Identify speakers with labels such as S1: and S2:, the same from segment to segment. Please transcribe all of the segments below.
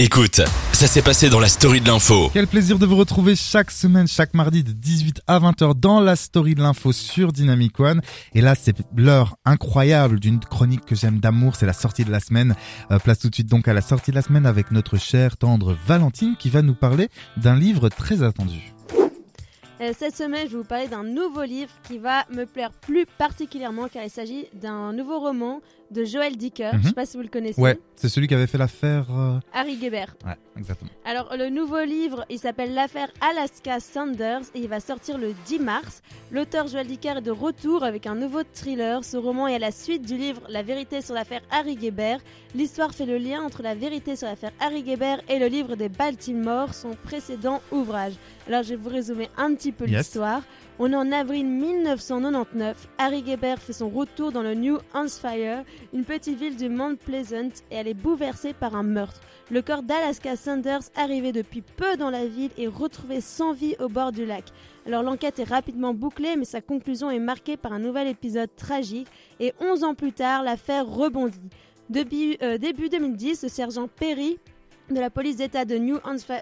S1: Écoute, ça s'est passé dans la story de l'info.
S2: Quel plaisir de vous retrouver chaque semaine, chaque mardi de 18 à 20h dans la story de l'info sur Dynamic One. Et là, c'est l'heure incroyable d'une chronique que j'aime d'amour, c'est la sortie de la semaine. Place tout de suite donc à la sortie de la semaine avec notre chère, tendre Valentine qui va nous parler d'un livre très attendu.
S3: Cette semaine, je vais vous parler d'un nouveau livre qui va me plaire plus particulièrement car il s'agit d'un nouveau roman de Joël Dicker. Je ne sais pas si vous le connaissez.
S2: Ouais, c'est celui qui avait fait l'affaire...
S3: Harry Guebert.
S2: Ouais, exactement.
S3: Alors, le nouveau livre, il s'appelle l'affaire Alaska Sanders et il va sortir le 10 mars. L'auteur Joël Dicker est de retour avec un nouveau thriller. Ce roman est à la suite du livre La vérité sur l'affaire Harry Guebert. L'histoire fait le lien entre la vérité sur l'affaire Harry Guebert et le livre des Baltimore, son précédent ouvrage. Alors, je vais vous résumer un petit peu l'histoire. On est en avril 1999. Harry Guebert fait son retour dans le New Hampshire, une petite ville du Mount Pleasant, et elle est bouleversée par un meurtre. Le corps d'Alaska Sanders, arrivé depuis peu dans la ville, est retrouvé sans vie au bord du lac. Alors l'enquête est rapidement bouclée, mais sa conclusion est marquée par un nouvel épisode tragique. Et 11 ans plus tard, l'affaire rebondit. Début 2010, le sergent Perry de la police d'État de New Hampshire,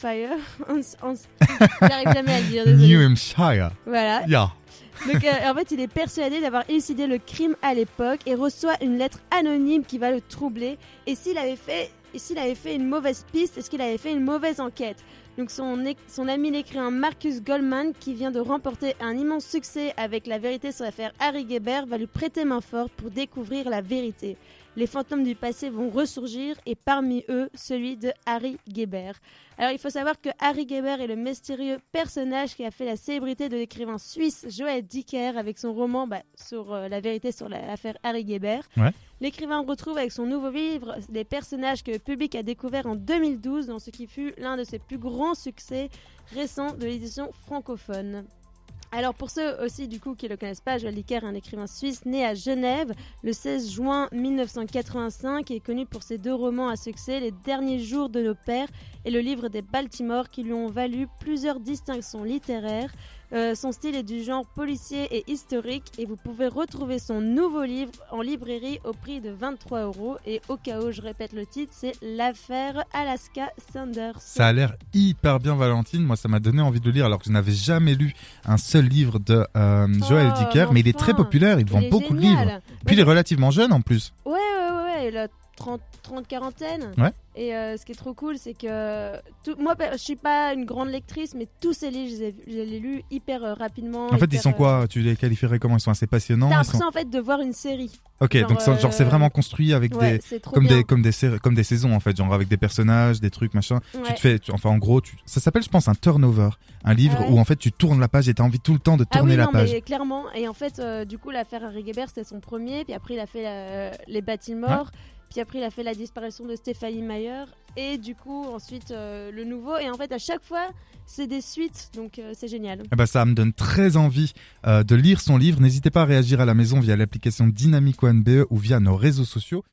S3: j'arrive jamais à le dire, désolé.
S2: New Hampshire.
S3: Voilà.
S2: Yeah.
S3: Donc en fait, il est persuadé d'avoir élucidé le crime à l'époque et reçoit une lettre anonyme qui va le troubler. Et s'il avait fait une mauvaise piste, est-ce qu'il avait fait une mauvaise enquête? Donc son ami l'écrivain Marcus Goldman, qui vient de remporter un immense succès avec La vérité sur l'affaire Harry Guebert, va lui prêter main forte pour découvrir la vérité. Les fantômes du passé vont ressurgir et parmi eux, celui de Harry Guebert. Alors il faut savoir que Harry Guebert est le mystérieux personnage qui a fait la célébrité de l'écrivain suisse Joël Dicker avec son roman sur la vérité sur l'affaire Harry Guebert.
S2: Ouais.
S3: L'écrivain retrouve avec son nouveau livre les personnages que le public a découverts en 2012 dans ce qui fut l'un de ses plus grands succès récents de l'édition francophone. Alors pour ceux aussi du coup qui ne le connaissent pas, Joël Dicker est un écrivain suisse né à Genève le 16 juin 1985 et est connu pour ses deux romans à succès, Les derniers jours de nos pères et le livre des Baltimore qui lui ont valu plusieurs distinctions littéraires. Son style est du genre policier et historique et vous pouvez retrouver son nouveau livre en librairie au prix de 23 € et au cas où je répète le titre, c'est l'affaire Alaska Sanders.
S2: Ça a l'air hyper bien, Valentine. Moi, ça m'a donné envie de le lire alors que je n'avais jamais lu un seul livre de Joël Dicker, mais il est très populaire, il vend beaucoup de livres. Puis il est relativement jeune en plus.
S3: Ouais, il a 30 quarantaine.
S2: Ouais.
S3: Et ce qui est trop cool, c'est que moi, je suis pas une grande lectrice, mais tous ces livres, je les lus hyper rapidement.
S2: En fait, ils sont quoi? Tu les qualifierais comment? Ils sont assez passionnants?
S3: T'as l'impression en fait de voir une série.
S2: Ok, donc c'est vraiment construit avec comme des saisons en fait, genre avec des personnages, des trucs machin. Ouais. En gros, ça s'appelle je pense un turnover, un livre où en fait tu tournes la page et t'as envie tout le temps de tourner la page.
S3: Mais clairement. Et en fait, du coup, l'affaire Harry Guebert c'était son premier, puis après il a fait les Baltimore. Ouais. Puis après, il a fait la disparition de Stephanie Meyer. Et du coup, ensuite, le nouveau. Et en fait, à chaque fois, c'est des suites. Donc, c'est génial.
S2: Eh ben, ça me donne très envie de lire son livre. N'hésitez pas à réagir à la maison via l'application Dynamic One BE ou via nos réseaux sociaux.